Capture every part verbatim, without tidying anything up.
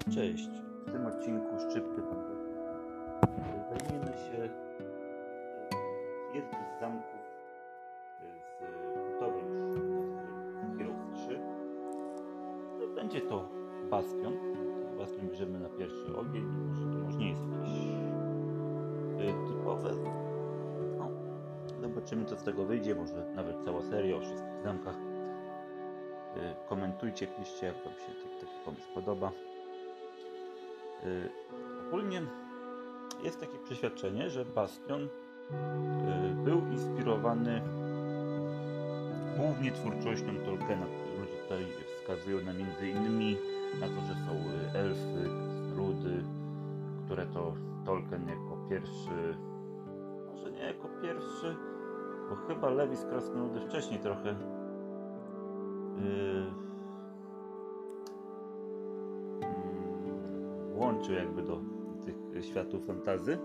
Cześć, w tym odcinku Szczypty Pandory zajmiemy się jednym z zamków z gotowym już Heroes trzy. Będzie to Bastion. Bastion bierzemy na pierwszy ogień, może to może nie jest jakieś typowe. No, zobaczymy, co z tego wyjdzie, może nawet cała seria o wszystkich zamkach. Komentujcie, piszcie, jak wam się taki pomysł podoba. Yy, ogólnie jest takie przeświadczenie, że Bastion yy, był inspirowany głównie twórczością Tolkiena. Ludzie tutaj wskazują na między innymi na to, że są elfy, ludy, które to Tolkien jako pierwszy, może nie jako pierwszy, bo chyba Lewis Krasnoludy wcześniej trochę yy, łączył jakby do tych światów fantazy.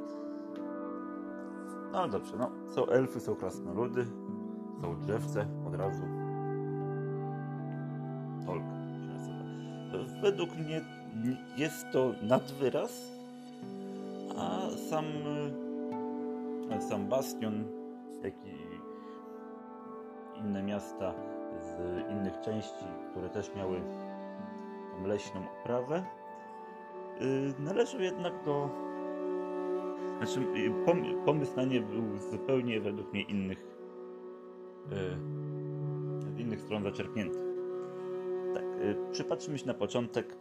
No dobrze, no są elfy, są krasnoludy, są drzewce, od razu Tolkien się nazywa. Według mnie jest to nadwyraz, a sam sam Bastion, jak i inne miasta z innych części, które też miały tą leśną oprawę, należał jednak do... Znaczy, pomysł na nie był zupełnie według mnie innych z innych stron zaczerpnięty. Tak, przypatrzmy się na początek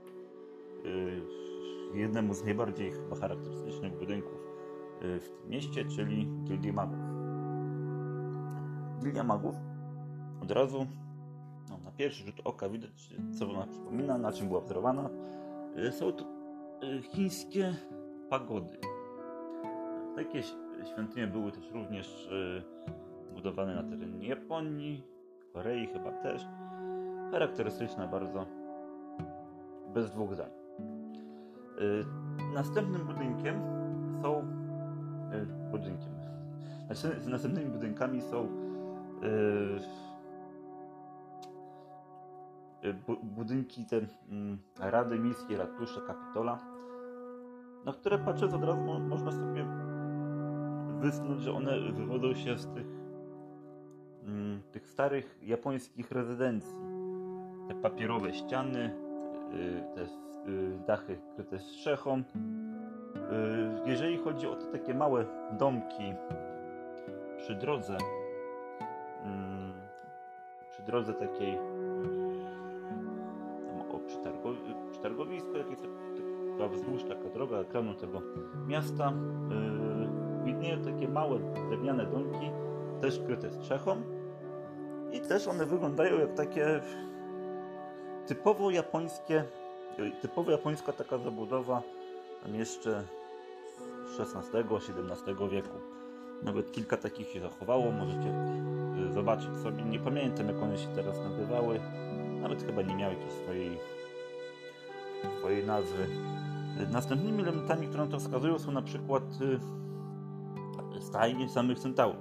jednemu z najbardziej chyba charakterystycznych budynków w tym mieście, czyli Gildii Magów. Gildia Magów od razu no, na pierwszy rzut oka widać, co ona przypomina, na czym była wzorowana. Są to chińskie pagody. Takie świątynie były też również budowane na terenie Japonii, Korei chyba też. Charakterystyczna bardzo, bez dwóch zdań. Następnym budynkiem są budynkiem. Znaczy, z następnymi budynkami są budynki te Rady Miejskiej, Ratusze, Kapitola, na które patrząc od razu można sobie wysnuć, że one wywodzą się z tych, tych starych japońskich rezydencji. Te papierowe ściany, te dachy kryte strzechą. Jeżeli chodzi o te takie małe domki przy drodze, przy drodze takiej Przy, targo, przy targowisku, jak jest taka wzdłuż taka droga ekranu tego miasta, yy, widnieją takie małe drewniane domki, też kryte strzechą, i też one wyglądają jak takie typowo japońskie, typowo japońska taka zabudowa tam jeszcze z szesnastego siedemnastego wieku. Nawet kilka takich się zachowało, możecie zobaczyć sobie. Nie pamiętam, jak one się teraz nazywały. Nawet chyba nie miały jakiejś swojej, swojej nazwy. Następnymi elementami, które na to wskazują, są na przykład stajnie samych centaurów.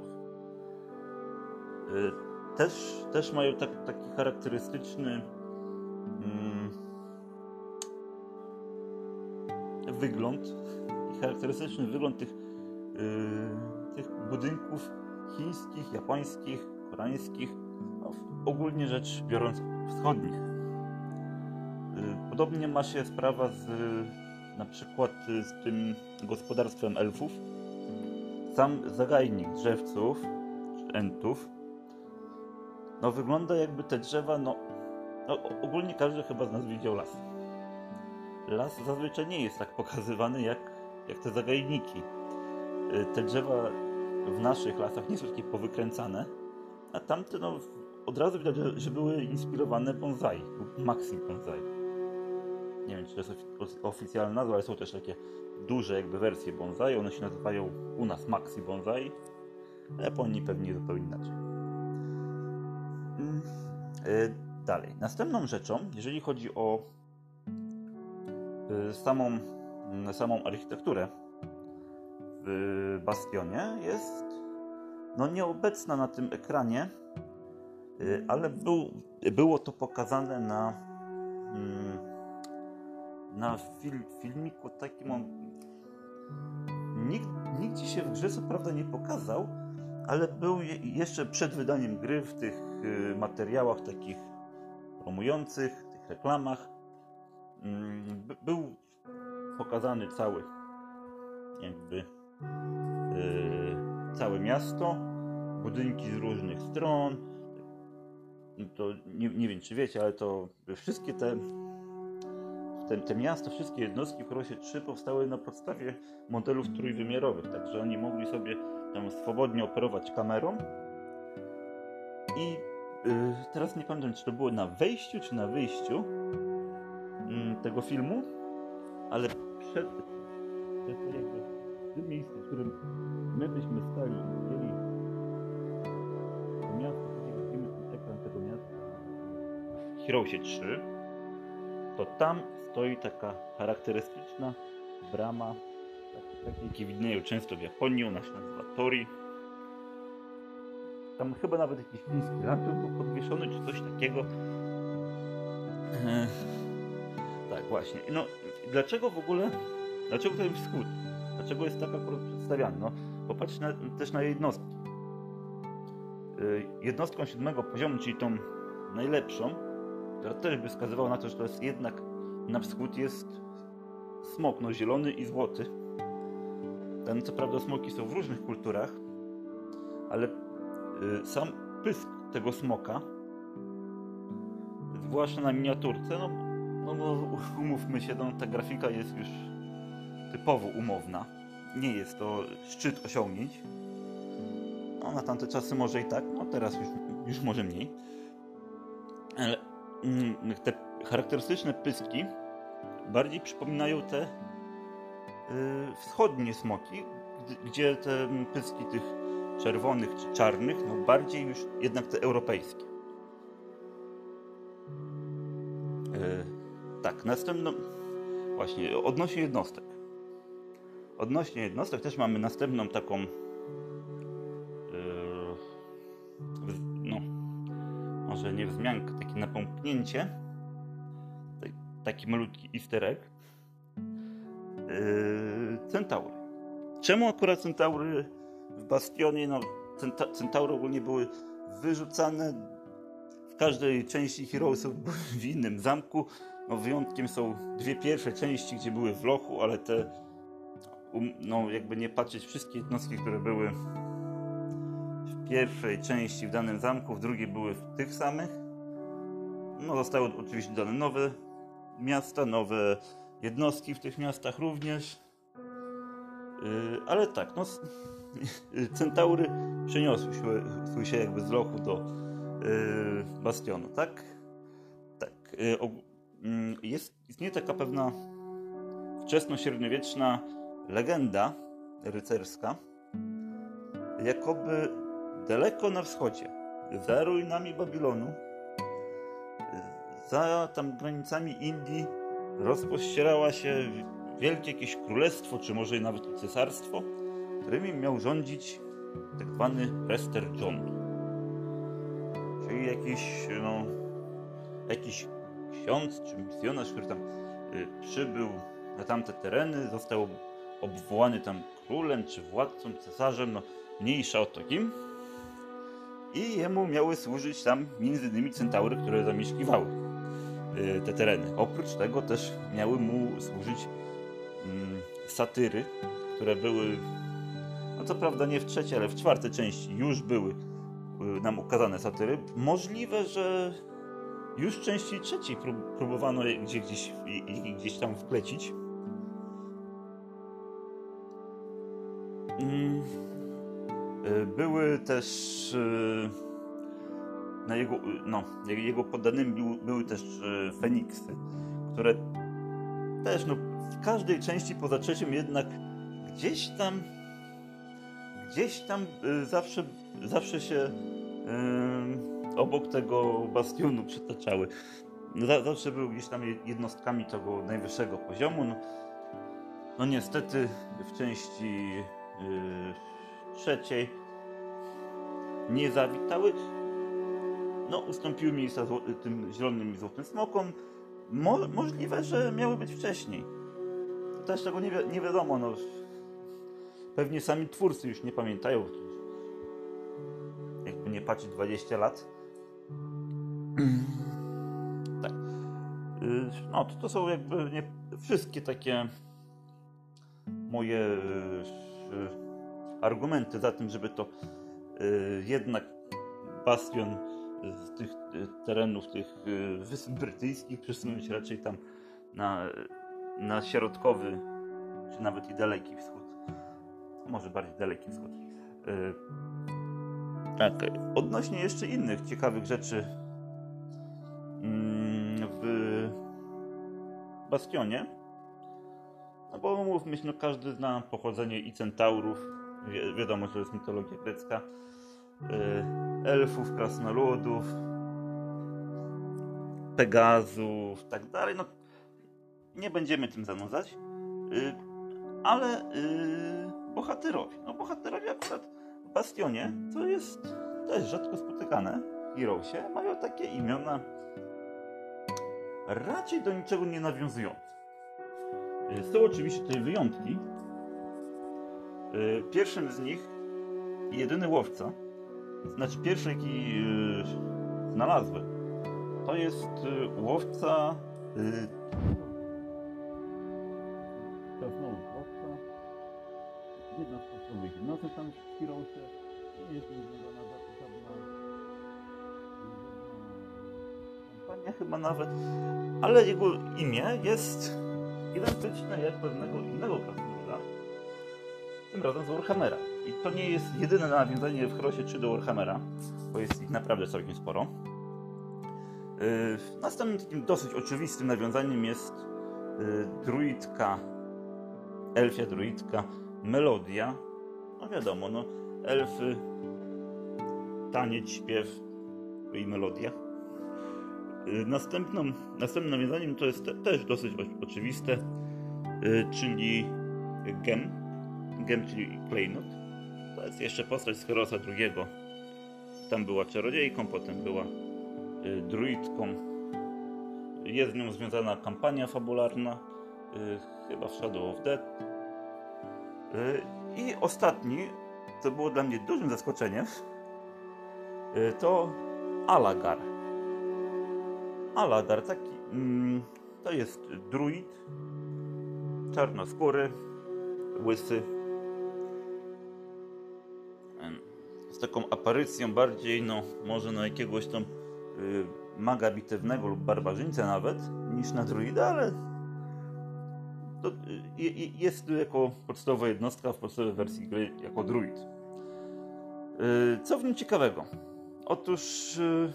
Też, też mają tak, taki charakterystyczny mm, wygląd i charakterystyczny wygląd tych, yy, tych budynków chińskich, japońskich, koreańskich, no, ogólnie rzecz biorąc wschodnich. Podobnie ma się sprawa z na przykład z tym gospodarstwem elfów. Sam zagajnik drzewców, czy entów, no wygląda jakby te drzewa, no, no ogólnie każdy chyba z nas widział las. Las zazwyczaj nie jest tak pokazywany jak, jak te zagajniki. Te drzewa w naszych lasach nie są takie powykręcane, a tamte no od razu widać, że, że były inspirowane bonsai lub maxi bonsai. Nie wiem, czy to jest oficjalna nazwa, ale są też takie duże jakby wersje bonsai. One się nazywają u nas maxi bonsai, a w Japonii pewnie zupełnie inaczej. Dalej. Następną rzeczą, jeżeli chodzi o samą, samą architekturę w Bastionie, jest no nieobecna na tym ekranie, ale był, było to pokazane na na fil, filmiku takim on nikt, nigdzie się w grze co prawda nie pokazał, ale był je, jeszcze przed wydaniem gry w tych y, materiałach takich promujących, tych reklamach y, by, był pokazany cały jakby y, całe miasto, budynki z różnych stron. To nie, nie wiem, czy wiecie, ale to wszystkie te, te, te miasta, wszystkie jednostki w Heroesie trzy powstały na podstawie modelów trójwymiarowych, także oni mogli sobie tam swobodnie operować kamerą. I yy, teraz nie pamiętam, czy to było na wejściu, czy na wyjściu yy, tego filmu, ale przed, przed to jakby w tym miejscu, w którym my byśmy stali i widzieli to miasto, widzimy ten ekran tego miasta w Heroesie trzy, to tam stoi taka charakterystyczna brama, takie, jakie widnieją często w Japonii, ona się nazywa Tori. Tam chyba nawet jakiś chiński lampion był podwieszony, czy coś takiego. Eee, tak, właśnie. No, dlaczego w ogóle, dlaczego ten wschód? Dlaczego jest tak akurat przedstawiany? No, popatrz na, też na jednostki. Eee, jednostką siódmego poziomu, czyli tą najlepszą, która też by wskazywała na to, że to jest jednak na wschód, jest smok, no zielony i złoty. Ten, co prawda smoki są w różnych kulturach, ale y, sam pysk tego smoka, zwłaszcza na miniaturce, no, no, no umówmy się, no, ta grafika jest już typowo umowna. Nie jest to szczyt osiągnięć. No, na tamte czasy może i tak, no teraz już, już może mniej. Ale mm, te charakterystyczne pyski bardziej przypominają te y, wschodnie smoki, gdzie te pyski tych czerwonych czy czarnych, no bardziej już jednak te europejskie. Yy, tak, następną, właśnie odnośnie jednostek. Odnośnie jednostek też mamy następną taką yy, no, może nie wzmiankę, takie napomknięcie, taki malutki easter egg. Yy, centaury. Czemu akurat centaury w Bastionie? No, centa- centaury ogólnie były wyrzucane w każdej części Heroesów w innym zamku. No, wyjątkiem są dwie pierwsze części, gdzie były w lochu, ale te, um, no jakby nie patrzeć, wszystkie jednostki, które były w pierwszej części w danym zamku, w drugiej były w tych samych. No, zostały oczywiście dodane nowe miasta, nowe jednostki w tych miastach również. Yy, ale tak, no centaury przeniosły się, się jakby z lochu do yy, Bastionu, tak? Tak. Yy, og- yy, jest, istnieje taka pewna wczesnośredniowieczna legenda rycerska, jakoby daleko na wschodzie, za ruinami Babilonu, za tam granicami Indii rozpościerała się wielkie jakieś królestwo, czy może nawet i cesarstwo, którymi miał rządzić tak zwany Prester John. Czyli jakiś, no, jakiś ksiądz czy misjonarz, który tam y, przybył na tamte tereny, został obwołany tam królem, czy władcą, cesarzem, no mniejsza o to kim. I jemu miały służyć tam między innymi centaury, które zamieszkiwały y, te tereny. Oprócz tego też miały mu służyć y, satyry, które były, no co prawda nie w trzeciej, ale w czwartej części już były y, nam ukazane satyry. Możliwe, że już w części trzeciej prób, próbowano je gdzie, gdzieś, i, i, gdzieś tam wplecić. Mm. Były też na jego, no, jego poddanymi były też Feniksy, które też no, w każdej części poza trzecią jednak gdzieś tam gdzieś tam zawsze, zawsze się yy, obok tego bastionu przytaczały. Zawsze były gdzieś tam jednostkami tego najwyższego poziomu. No, no niestety w części yy, trzeciej nie zawitały. No, ustąpiły miejsca zło- tym zielonym i złotym smokom. Mo możliwe, że miały być wcześniej. To też tego nie, wi nie wiadomo. No. Pewnie sami twórcy już nie pamiętają. Jakby nie patrzeć dwadzieścia lat. Tak. No to, to są jakby nie wszystkie takie moje argumenty za tym, żeby to jednak bastion z tych terenów, tych Wysp Brytyjskich przesunąć raczej tam na, na środkowy, czy nawet i daleki wschód. Może bardziej daleki wschód. Tak, odnośnie jeszcze innych ciekawych rzeczy w bastionie, no bo mówmy się, no każdy zna pochodzenie i centaurów, Wi wiadomo, że to jest mitologia grecka, elfów, krasnoludów, Pegazów, tak dalej. No, nie będziemy tym zanudzać, ale bohaterowie, no bohaterowie akurat w bastionie, to jest też rzadko spotykane w Heroesie, mają takie imiona raczej do niczego nie nawiązujące. Są oczywiście tutaj wyjątki. Pierwszym z nich, jedyny łowca, znaczy pierwszy jaki znalazłem, to jest łowca łowca jedna z podstawowych jednotek tam w Heroesie. Nie jest związana żadna kampania chyba nawet, ale jego imię jest identyczne jak pewnego innego krasnoluda, tym razem z Warhammera. I to nie jest jedyne nawiązanie w Heroesie trzy do Warhammera, bo jest ich naprawdę całkiem sporo. Yy, następnym takim dosyć oczywistym nawiązaniem jest yy, druidka, elfia druidka Melodia. No wiadomo, no elfy, taniec, śpiew i melodia. Yy, następną, następnym nawiązaniem to jest te, też dosyć o, oczywiste, yy, czyli Gem. Gem, czyli klejnot. To jest jeszcze postać z Heroesa drugiego. Tam była czarodziejką, potem była y, druidką. Jest z nią związana kampania fabularna, y, chyba w Shadow of Death. Y, I ostatni, co było dla mnie dużym zaskoczeniem, y, to Alagar. Alagar, taki, mm, to jest druid, czarnoskóry, łysy, z taką aparycją bardziej, no może na jakiegoś tam y, maga bitewnego lub barbarzyńcę nawet, niż na druida, ale to, y, y, jest tu jako podstawowa jednostka w podstawowej wersji gry jako druid. Y, co w nim ciekawego? Otóż y,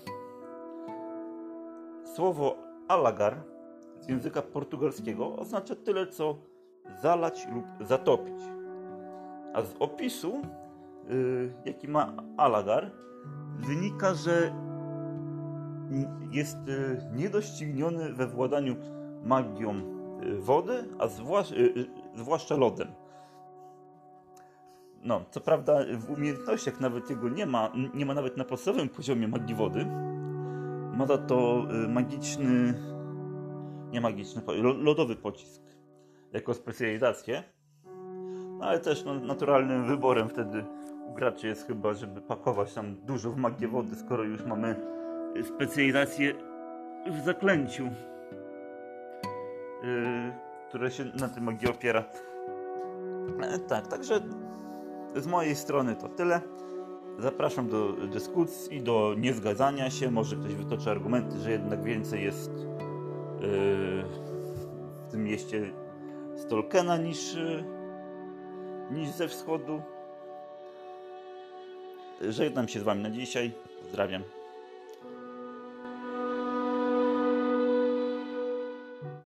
słowo Alagar z języka portugalskiego oznacza tyle co zalać lub zatopić, a z opisu Yy, jaki ma Alagar, wynika, że jest yy, niedościgniony we władaniu magią yy, wody, a zwłasz yy, yy, zwłaszcza lodem. No, co prawda w umiejętnościach nawet jego nie ma, nie ma nawet na podstawowym poziomie magii wody. Ma za to yy, magiczny, nie magiczny, lodowy pocisk jako specjalizację. No, ale też no, naturalnym wyborem wtedy u graczy jest chyba, żeby pakować tam dużo w magię wody, skoro już mamy specjalizację w zaklęciu, yy, które się na tym magii opiera. E, tak, także z mojej strony to tyle. Zapraszam do dyskusji, do niezgadzania się. Może ktoś wytoczy argumenty, że jednak więcej jest yy, w tym mieście z Tolkiena niż, yy, niż ze wschodu. Żegnam się z wami na dzisiaj. Pozdrawiam.